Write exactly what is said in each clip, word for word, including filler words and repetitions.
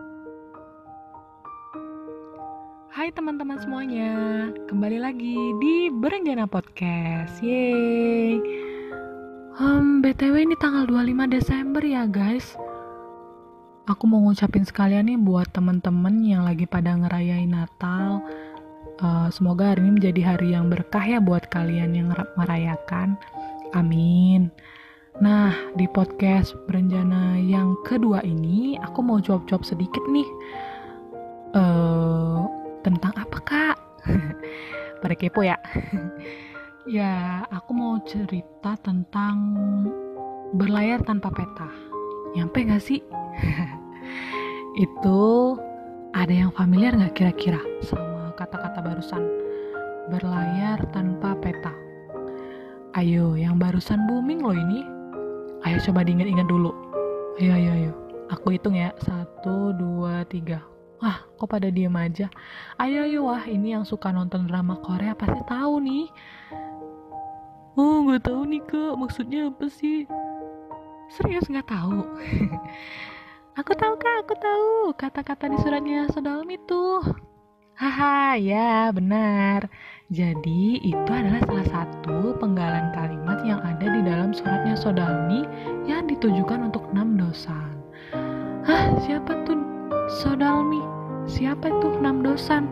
Hai teman-teman semuanya, kembali lagi di Berenjana Podcast. Yeay. Hmm, B T W ini tanggal dua puluh lima Desember ya guys. Aku mau ngucapin sekalian nih buat teman-teman yang lagi pada ngerayain Natal. Uh, semoga hari ini menjadi hari yang berkah ya buat kalian yang merayakan. Amin. Nah, di podcast Berenjana yang kedua ini, aku mau jawab-jawab sedikit nih. Uh, tentang apa kak? Pada kepo ya? Ya, aku mau cerita tentang berlayar tanpa peta. Nyampe gak sih? Itu ada yang familiar gak kira-kira sama kata-kata barusan? Berlayar tanpa peta. Ayo, yang barusan booming loh ini. Ayo coba diingat-ingat dulu. Ayo, ayo, ayo. Aku hitung ya. Satu, dua, tiga. Wah, kok pada diem aja? Ayo, ayo, wah, ini yang suka nonton drama Korea pasti tahu nih. Oh, nggak tahu nih kak, maksudnya apa sih? Serius nggak tahu? Aku tahu kak, aku tahu. Kata-kata di suratnya Sodalmi tuh. Haha, ya benar. Jadi itu adalah salah satu penggalan kalimat yang ada di dalam suratnya Sodalmi yang ditujukan untuk enam dosan. Hah, siapa tuh Sodalmi? Siapa itu enam dosan?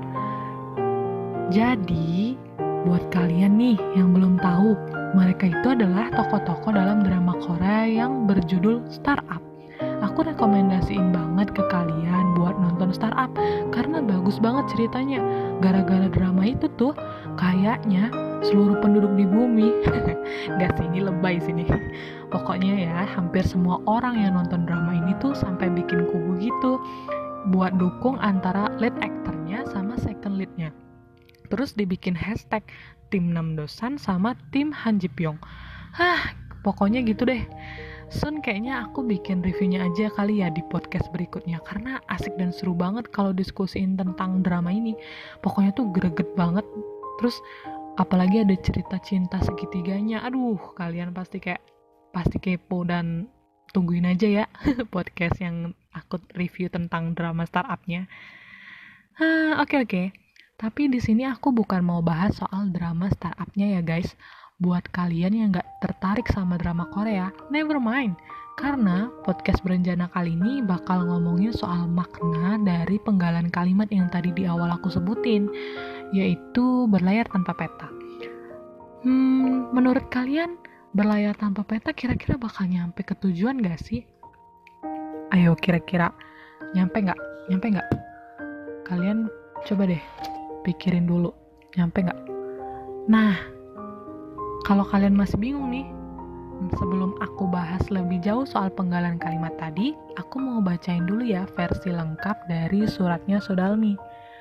Jadi, buat kalian nih yang belum tahu, mereka itu adalah tokoh-tokoh dalam drama Korea yang berjudul Startup. Aku rekomendasiin banget ke kalian buat nonton Startup karena bagus banget ceritanya. Gara-gara drama itu tuh, kayaknya seluruh penduduk di bumi gak sih, ini lebay sini. Pokoknya ya, hampir semua orang yang nonton drama ini tuh sampai bikin kubu gitu buat dukung antara lead actornya sama second leadnya. Terus dibikin hashtag tim enam dosan sama tim Han Ji Pyong. Hah, pokoknya gitu deh. Soon kayaknya aku bikin reviewnya aja kali ya di podcast berikutnya karena asik dan seru banget kalau diskusiin tentang drama ini. Pokoknya tuh greget banget. Terus apalagi ada cerita cinta segitiganya. Aduh, kalian pasti kayak pasti kepo dan tungguin aja ya podcast yang aku review tentang drama startupnya. Hah, oke oke. Tapi di sini aku bukan mau bahas soal drama startupnya ya guys. Buat kalian yang gak tertarik sama drama Korea, never mind. Karena podcast Berenjana kali ini bakal ngomongin soal makna dari penggalan kalimat yang tadi di awal aku sebutin, yaitu berlayar tanpa peta. Hmm, menurut kalian berlayar tanpa peta kira-kira bakal nyampe ke tujuan gak sih? Ayo kira-kira nyampe gak? Nyampe gak? Kalian coba deh pikirin dulu, nyampe gak? Nah, kalau kalian masih bingung nih, sebelum aku bahas lebih jauh soal penggalan kalimat tadi, aku mau bacain dulu ya versi lengkap dari suratnya Sodalmi.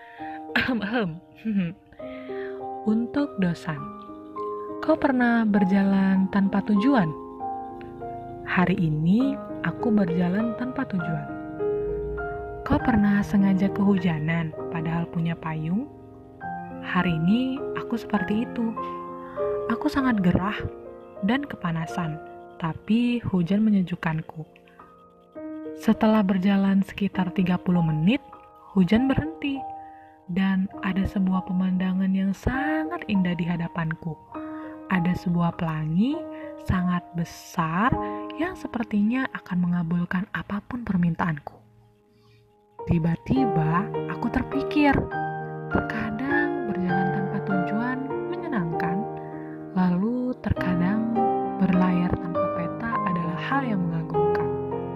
Untuk dosan, kau pernah berjalan tanpa tujuan? Hari ini aku berjalan tanpa tujuan. Kau pernah sengaja kehujanan padahal punya payung? Hari ini aku seperti itu. Aku sangat gerah dan kepanasan, tapi hujan menyejukkanku. Setelah berjalan sekitar tiga puluh menit, hujan berhenti, dan ada sebuah pemandangan yang sangat indah di hadapanku. Ada sebuah pelangi sangat besar yang sepertinya akan mengabulkan apapun permintaanku. Tiba-tiba aku terpikir, terkadang berjalan tanpa tujuan menyenangkan. Lalu terkadang berlayar tanpa peta adalah hal yang mengagumkan.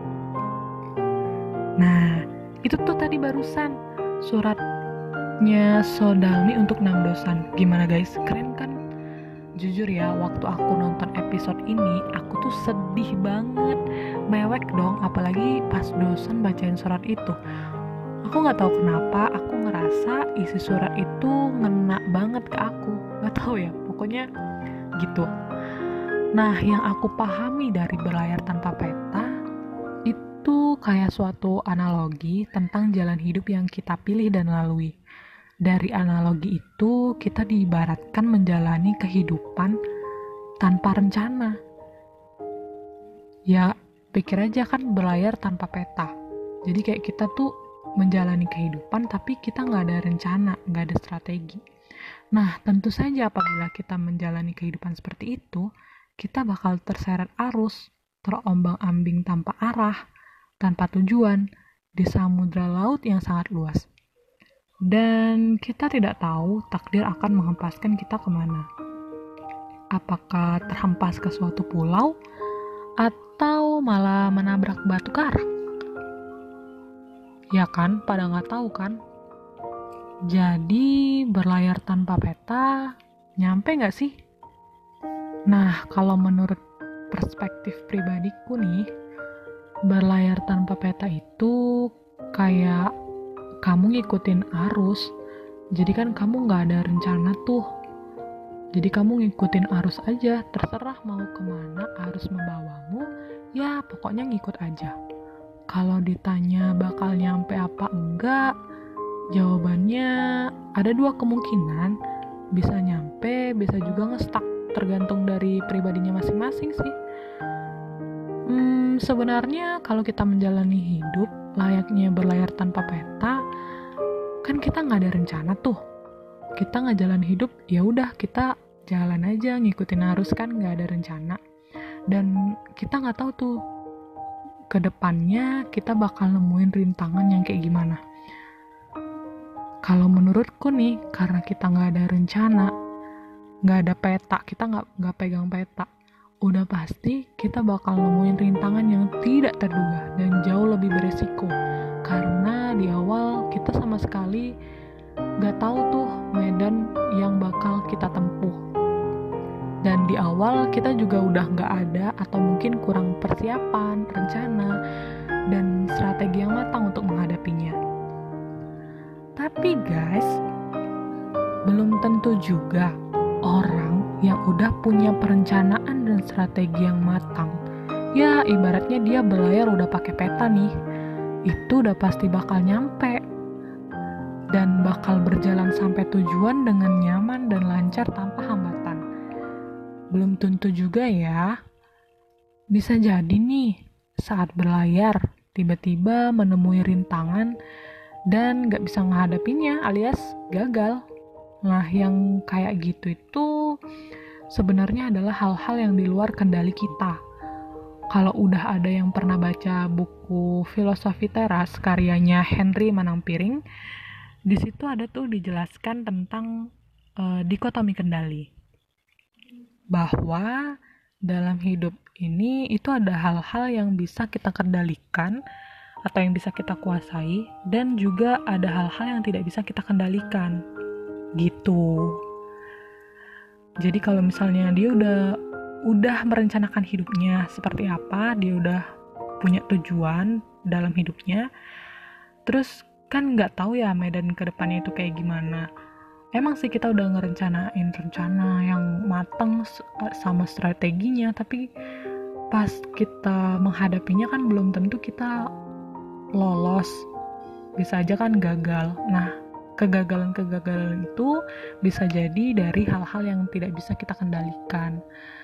Nah, itu tuh tadi barusan suratnya Sodalmi untuk enam dosan. Gimana guys? Keren kan? Jujur ya, waktu aku nonton episode ini, aku tuh sedih banget. Mewek dong, apalagi pas dosan bacain surat itu. Aku gak tahu kenapa, aku ngerasa isi surat itu ngena banget ke aku. Gak tahu ya, pokoknya gitu. Nah, yang aku pahami dari berlayar tanpa peta itu kayak suatu analogi tentang jalan hidup yang kita pilih dan lalui. Dari analogi itu kita diibaratkan menjalani kehidupan tanpa rencana. Ya, pikir aja kan berlayar tanpa peta. Jadi kayak kita tuh menjalani kehidupan tapi kita nggak ada rencana, nggak ada strategi. Nah, tentu saja apabila kita menjalani kehidupan seperti itu, kita bakal terseret arus, terombang-ambing tanpa arah, tanpa tujuan, di samudra laut yang sangat luas. Dan kita tidak tahu takdir akan menghempaskan kita kemana. Apakah terhempas ke suatu pulau, atau malah menabrak batu karang? Ya kan, pada nggak tahu kan? Jadi berlayar tanpa peta, nyampe nggak sih? Nah, kalau menurut perspektif pribadiku nih, berlayar tanpa peta itu kayak kamu ngikutin arus. Jadi kan kamu nggak ada rencana tuh. Jadi kamu ngikutin arus aja, terserah mau kemana arus membawamu, ya pokoknya ngikut aja. Kalau ditanya bakal nyampe apa enggak, jawabannya ada dua kemungkinan, bisa nyampe, bisa juga nge-stuck, tergantung dari pribadinya masing-masing sih. Hmm, sebenarnya kalau kita menjalani hidup layaknya berlayar tanpa peta, kan kita nggak ada rencana tuh. Kita nggak jalan hidup, ya udah kita jalan aja ngikutin arus, kan nggak ada rencana. Dan kita nggak tahu tuh kedepannya kita bakal nemuin rintangan yang kayak gimana. Kalau menurutku nih, karena kita nggak ada rencana, nggak ada peta, kita nggak nggak pegang peta, udah pasti kita bakal nemuin rintangan yang tidak terduga dan jauh lebih beresiko. Karena di awal kita sama sekali nggak tahu tuh medan yang bakal kita tempuh. Dan di awal kita juga udah nggak ada atau mungkin kurang persiapan, rencana, dan strategi yang matang untuk menghadapinya. Tapi guys, belum tentu juga orang yang udah punya perencanaan dan strategi yang matang, ya ibaratnya dia berlayar udah pakai peta nih, itu udah pasti bakal nyampe dan bakal berjalan sampai tujuan dengan nyaman dan lancar tanpa hambatan. Belum tentu juga ya. Bisa jadi nih, saat berlayar tiba-tiba menemui rintangan dan gak bisa menghadapinya alias gagal. Nah, yang kayak gitu itu sebenarnya adalah hal-hal yang di luar kendali kita. Kalau udah ada yang pernah baca buku Filosofi Teras karyanya Henry Manangpiring, di situ ada tuh dijelaskan tentang uh, dikotomi kendali. Bahwa dalam hidup ini itu ada hal-hal yang bisa kita kendalikan atau yang bisa kita kuasai, dan juga ada hal-hal yang tidak bisa kita kendalikan. Gitu. Jadi kalau misalnya dia udah udah merencanakan hidupnya seperti apa, dia udah punya tujuan dalam hidupnya, terus kan nggak tahu ya medan kedepannya itu kayak gimana. Emang sih kita udah ngerencanain rencana yang matang sama strateginya, tapi pas kita menghadapinya kan belum tentu kita lolos, bisa aja kan gagal. Nah, kegagalan-kegagalan itu bisa jadi dari hal-hal yang tidak bisa kita kendalikan.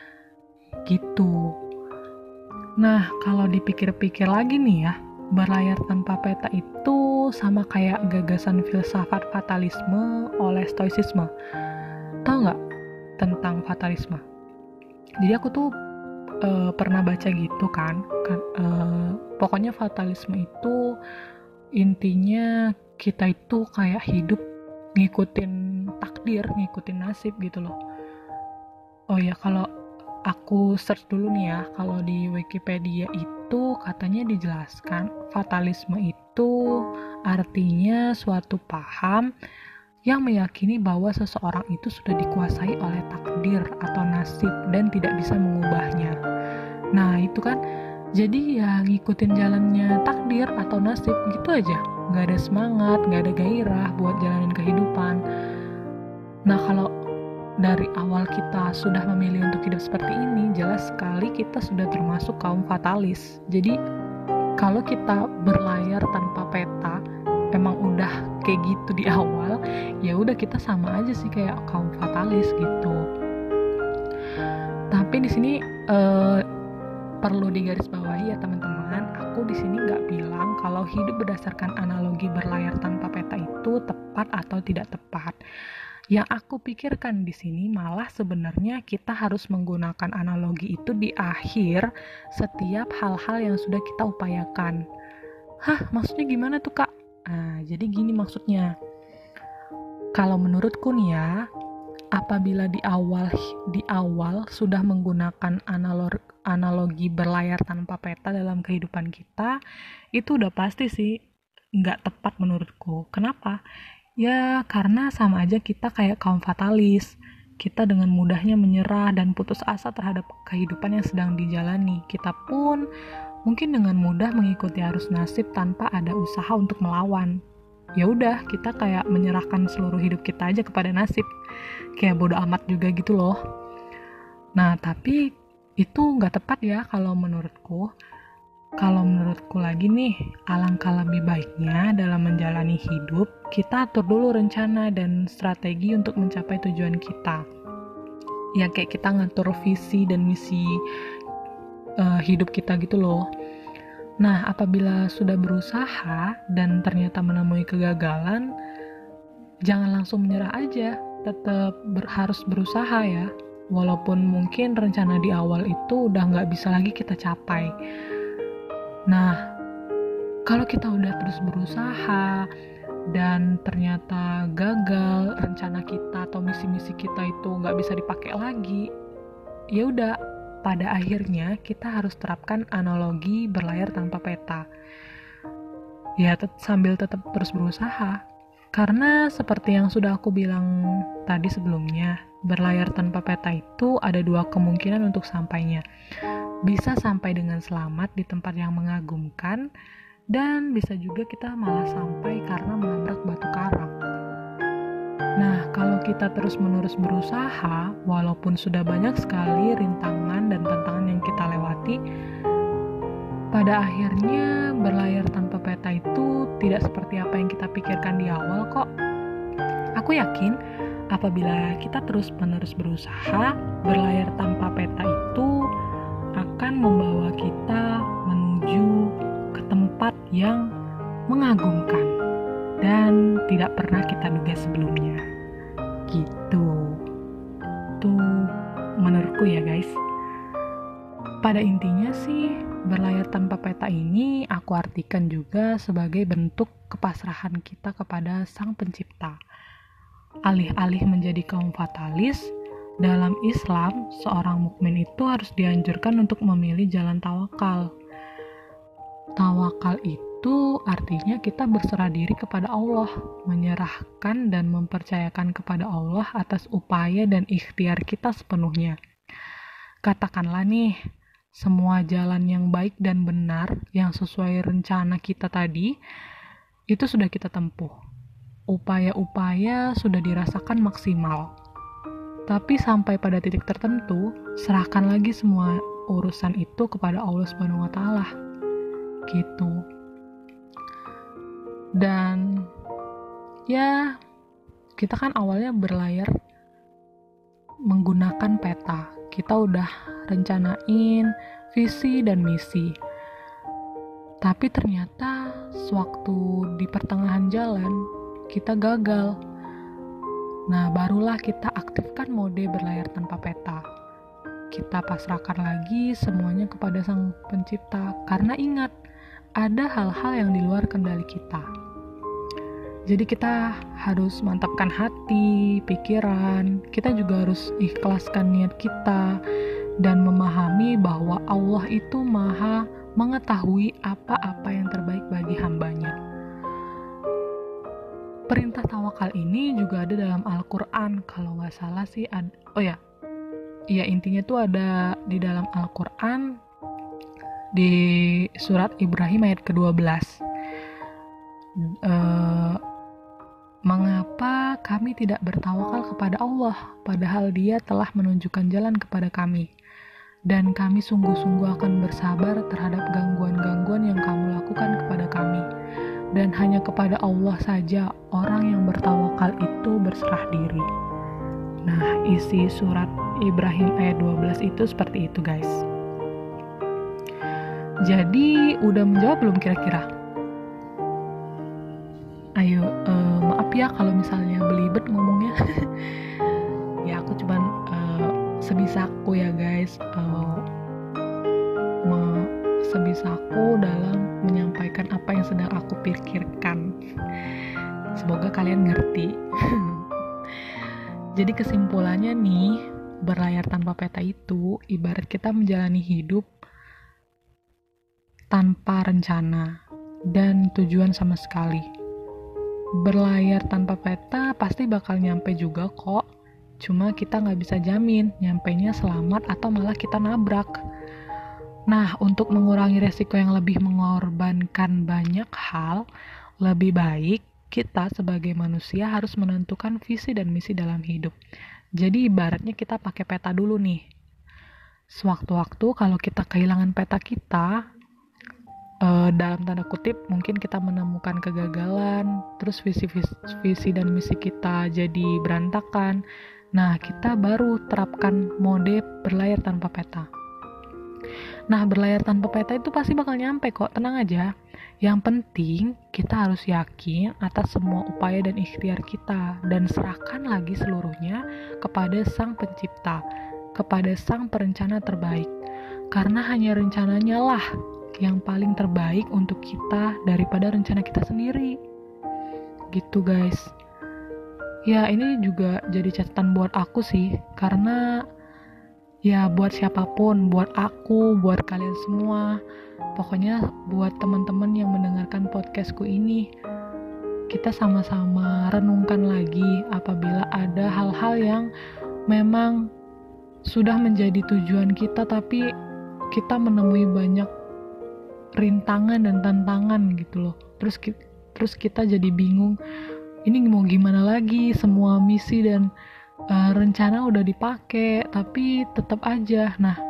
Gitu. Nah, kalau dipikir-pikir lagi nih ya, berlayar tanpa peta itu sama kayak gagasan filsafat fatalisme oleh stoicisme. Tahu nggak tentang fatalisme? Jadi aku tuh e, pernah baca gitu kan, kan e, pokoknya fatalisme itu intinya kita itu kayak hidup ngikutin takdir, ngikutin nasib gitu loh. Oh ya, kalau aku search dulu nih ya, kalau di Wikipedia itu katanya dijelaskan fatalisme itu artinya suatu paham yang meyakini bahwa seseorang itu sudah dikuasai oleh takdir atau nasib dan tidak bisa mengubahnya. Nah itu kan, jadi ya ngikutin jalannya takdir atau nasib gitu aja, gak ada semangat, gak ada gairah buat jalanin kehidupan. Nah kalau dari awal kita sudah memilih untuk hidup seperti ini, jelas sekali kita sudah termasuk kaum fatalis. Jadi kalau kita berlayar tanpa peta, emang udah kayak gitu di awal, ya udah kita sama aja sih kayak kaum fatalis gitu. Tapi di sini eh, perlu digarisbawahi ya teman-teman, aku aku di sini nggak bilang kalau hidup berdasarkan analogi berlayar tanpa peta itu tepat atau tidak tepat. Yang aku pikirkan di sini malah sebenarnya kita harus menggunakan analogi itu di akhir setiap hal-hal yang sudah kita upayakan. Hah, maksudnya gimana tuh Kak? Nah, jadi gini maksudnya. Kalau menurutku nih ya, apabila di awal di awal sudah menggunakan analog, analogi berlayar tanpa peta dalam kehidupan kita, itu udah pasti sih nggak tepat menurutku. Kenapa? Ya karena sama aja kita kayak kaum fatalis. Kita dengan mudahnya menyerah dan putus asa terhadap kehidupan yang sedang dijalani. Kita pun mungkin dengan mudah mengikuti arus nasib tanpa ada usaha untuk melawan. Ya udah, kita kayak menyerahkan seluruh hidup kita aja kepada nasib. Kayak bodo amat juga gitu loh. Nah, tapi itu nggak tepat ya kalau menurutku. Kalau menurutku lagi nih, alangkah lebih baiknya dalam menjalani hidup, kita atur dulu rencana dan strategi untuk mencapai tujuan kita. Ya kayak kita ngatur visi dan misi uh, hidup kita gitu loh. Nah, apabila sudah berusaha dan ternyata menemui kegagalan, jangan langsung menyerah aja, tetap ber- harus berusaha ya. Walaupun mungkin rencana di awal itu udah nggak bisa lagi kita capai. Nah, kalau kita udah terus berusaha dan ternyata gagal, rencana kita atau misi-misi kita itu nggak bisa dipakai lagi, ya udah. Pada akhirnya kita harus terapkan analogi berlayar tanpa peta. Ya tet- sambil tetap terus berusaha. Karena seperti yang sudah aku bilang tadi sebelumnya, berlayar tanpa peta itu ada dua kemungkinan untuk sampainya. Bisa sampai dengan selamat di tempat yang mengagumkan, dan bisa juga kita malah sampai karena menabrak batu karang. Nah, kalau kita terus-menerus berusaha, walaupun sudah banyak sekali rintangan dan tantangan yang kita lewati, pada akhirnya berlayar tanpa peta itu tidak seperti apa yang kita pikirkan di awal kok. Aku yakin, apabila kita terus-menerus berusaha, berlayar tanpa peta itu akan membawa kita menuju ke tempat yang mengagumkan dan tidak pernah kita duga sebelumnya. Gitu. Tuh menurutku ya guys. Pada intinya sih, berlayar tanpa peta ini aku artikan juga sebagai bentuk kepasrahan kita kepada Sang Pencipta. Alih-alih menjadi kaum fatalis, dalam Islam, seorang mukmin itu harus dianjurkan untuk memilih jalan tawakal. Tawakal itu Itu artinya kita berserah diri kepada Allah, menyerahkan dan mempercayakan kepada Allah atas upaya dan ikhtiar kita sepenuhnya. Katakanlah nih, semua jalan yang baik dan benar yang sesuai rencana kita tadi, itu sudah kita tempuh. Upaya-upaya sudah dirasakan maksimal. Tapi sampai pada titik tertentu, serahkan lagi semua urusan itu kepada Allah Subhanahu wa taala. Gitu. Dan ya kita kan awalnya berlayar menggunakan peta. Kita udah rencanain visi dan misi. Tapi ternyata sewaktu di pertengahan jalan kita gagal. Nah, barulah kita aktifkan mode berlayar tanpa peta. Kita pasrahkan lagi semuanya kepada Sang Pencipta. Karena ingat, ada hal-hal yang di luar kendali kita. Jadi kita harus mantapkan hati, pikiran, kita juga harus ikhlaskan niat kita, dan memahami bahwa Allah itu maha mengetahui apa-apa yang terbaik bagi hambanya. Perintah tawakal ini juga ada dalam Al-Quran, kalau nggak salah sih, ad- oh ya, ya intinya tuh ada di dalam Al-Quran, di surat Ibrahim ayat kedua belas. Uh, Mengapa kami tidak bertawakal kepada Allah, padahal Dia telah menunjukkan jalan kepada kami, dan kami sungguh-sungguh akan bersabar terhadap gangguan-gangguan yang kamu lakukan kepada kami, dan hanya kepada Allah saja orang yang bertawakal itu berserah diri. Nah, isi surat Ibrahim ayat dua belas itu seperti itu guys. Jadi udah menjawab belum kira-kira? Ayo, uh, maaf ya kalau misalnya belibet ngomongnya. Ya aku cuman uh, sebisaku ya guys, uh, me- sebisaku dalam menyampaikan apa yang sedang aku pikirkan. Semoga kalian ngerti. Jadi kesimpulannya nih, berlayar tanpa peta itu ibarat kita menjalani hidup tanpa rencana dan tujuan sama sekali. Berlayar tanpa peta pasti bakal nyampe juga kok, cuma kita nggak bisa jamin nyampenya selamat atau malah kita nabrak. Nah, untuk mengurangi resiko yang lebih mengorbankan banyak hal, lebih baik kita sebagai manusia harus menentukan visi dan misi dalam hidup. Jadi ibaratnya kita pakai peta dulu nih. Sewaktu-waktu kalau kita kehilangan peta kita, Uh, dalam tanda kutip mungkin kita menemukan kegagalan, terus visi, visi visi dan misi kita jadi berantakan. Nah, kita baru terapkan mode berlayar tanpa peta. Nah, berlayar tanpa peta itu pasti bakal nyampe kok, tenang aja. Yang penting kita harus yakin atas semua upaya dan ikhtiar kita, dan serahkan lagi seluruhnya kepada Sang Pencipta, kepada Sang Perencana terbaik. Karena hanya rencananya lah yang paling terbaik untuk kita daripada rencana kita sendiri. Gitu guys. Ya ini juga jadi catatan buat aku sih, karena ya buat siapapun, buat aku, buat kalian semua, pokoknya buat teman-teman yang mendengarkan podcastku ini, kita sama-sama renungkan lagi apabila ada hal-hal yang memang sudah menjadi tujuan kita tapi kita menemui banyak rintangan dan tantangan gitu loh. Terus terus kita jadi bingung, ini mau gimana lagi, semua misi dan uh, rencana udah dipakai tapi tetap aja. Nah,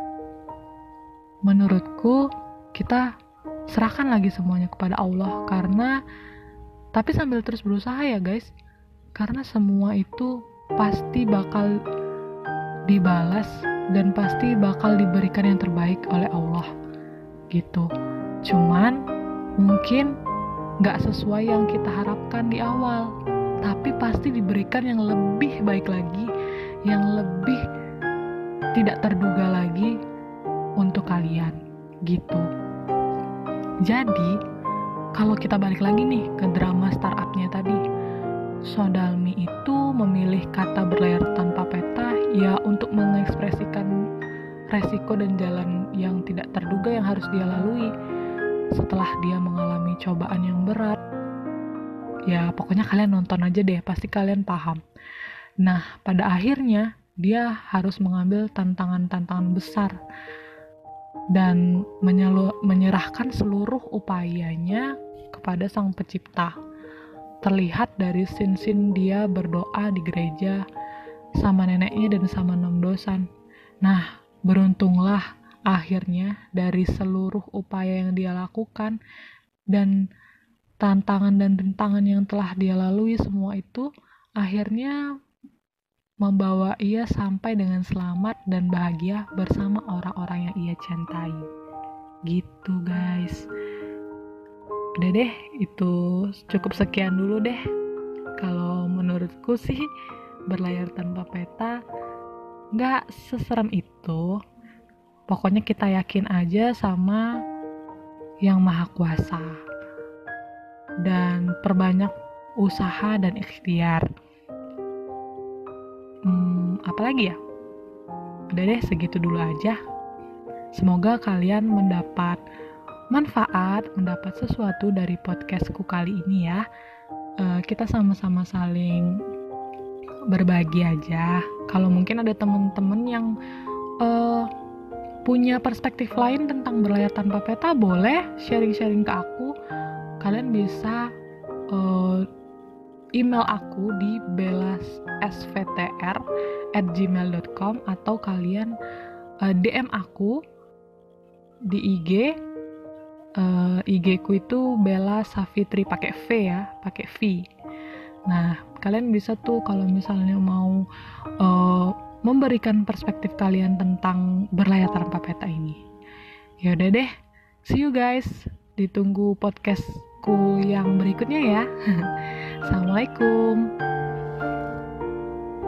menurutku kita serahkan lagi semuanya kepada Allah, karena tapi sambil terus berusaha ya guys, karena semua itu pasti bakal dibalas dan pasti bakal diberikan yang terbaik oleh Allah gitu. Cuman mungkin gak sesuai yang kita harapkan di awal, tapi pasti diberikan yang lebih baik lagi, yang lebih tidak terduga lagi untuk kalian gitu. Jadi kalau kita balik lagi nih ke drama startupnya tadi, Sodalmi itu memilih kata berlayar tanpa peta ya untuk mengekspresikan resiko dan jalan yang tidak terduga yang harus dia lalui setelah dia mengalami cobaan yang berat. Ya pokoknya kalian nonton aja deh, pasti kalian paham. Nah pada akhirnya dia harus mengambil tantangan-tantangan besar dan menyelu- menyerahkan seluruh upayanya kepada Sang Pencipta. Terlihat dari scene-scene dia berdoa di gereja sama neneknya dan sama enam dosan. Nah beruntunglah akhirnya dari seluruh upaya yang dia lakukan dan tantangan dan rintangan yang telah dia lalui, semua itu akhirnya membawa ia sampai dengan selamat dan bahagia bersama orang-orang yang ia cintai. Gitu guys. Udah deh, itu cukup sekian dulu deh. Kalau menurutku sih berlayar tanpa peta gak seserem itu. Pokoknya kita yakin aja sama Yang Maha Kuasa dan perbanyak usaha dan ikhtiar. Hmm, apalagi ya? Udah deh, segitu dulu aja. Semoga kalian mendapat manfaat, mendapat sesuatu dari podcastku kali ini ya. Uh, kita sama-sama saling berbagi aja. Kalau mungkin ada teman-teman yang uh, punya perspektif lain tentang berlayar tanpa peta, boleh sharing-sharing ke aku. Kalian bisa uh, email aku di belasvtr at gmail dot com atau kalian uh, D M aku di I G. uh, I G ku itu Bella Savitri pakai V ya, pakai V. Nah, kalian bisa tuh kalau misalnya mau uh, memberikan perspektif kalian tentang berlayar tanpa peta ini. Ya udah deh, See you guys, ditunggu podcastku yang berikutnya ya. Assalamualaikum.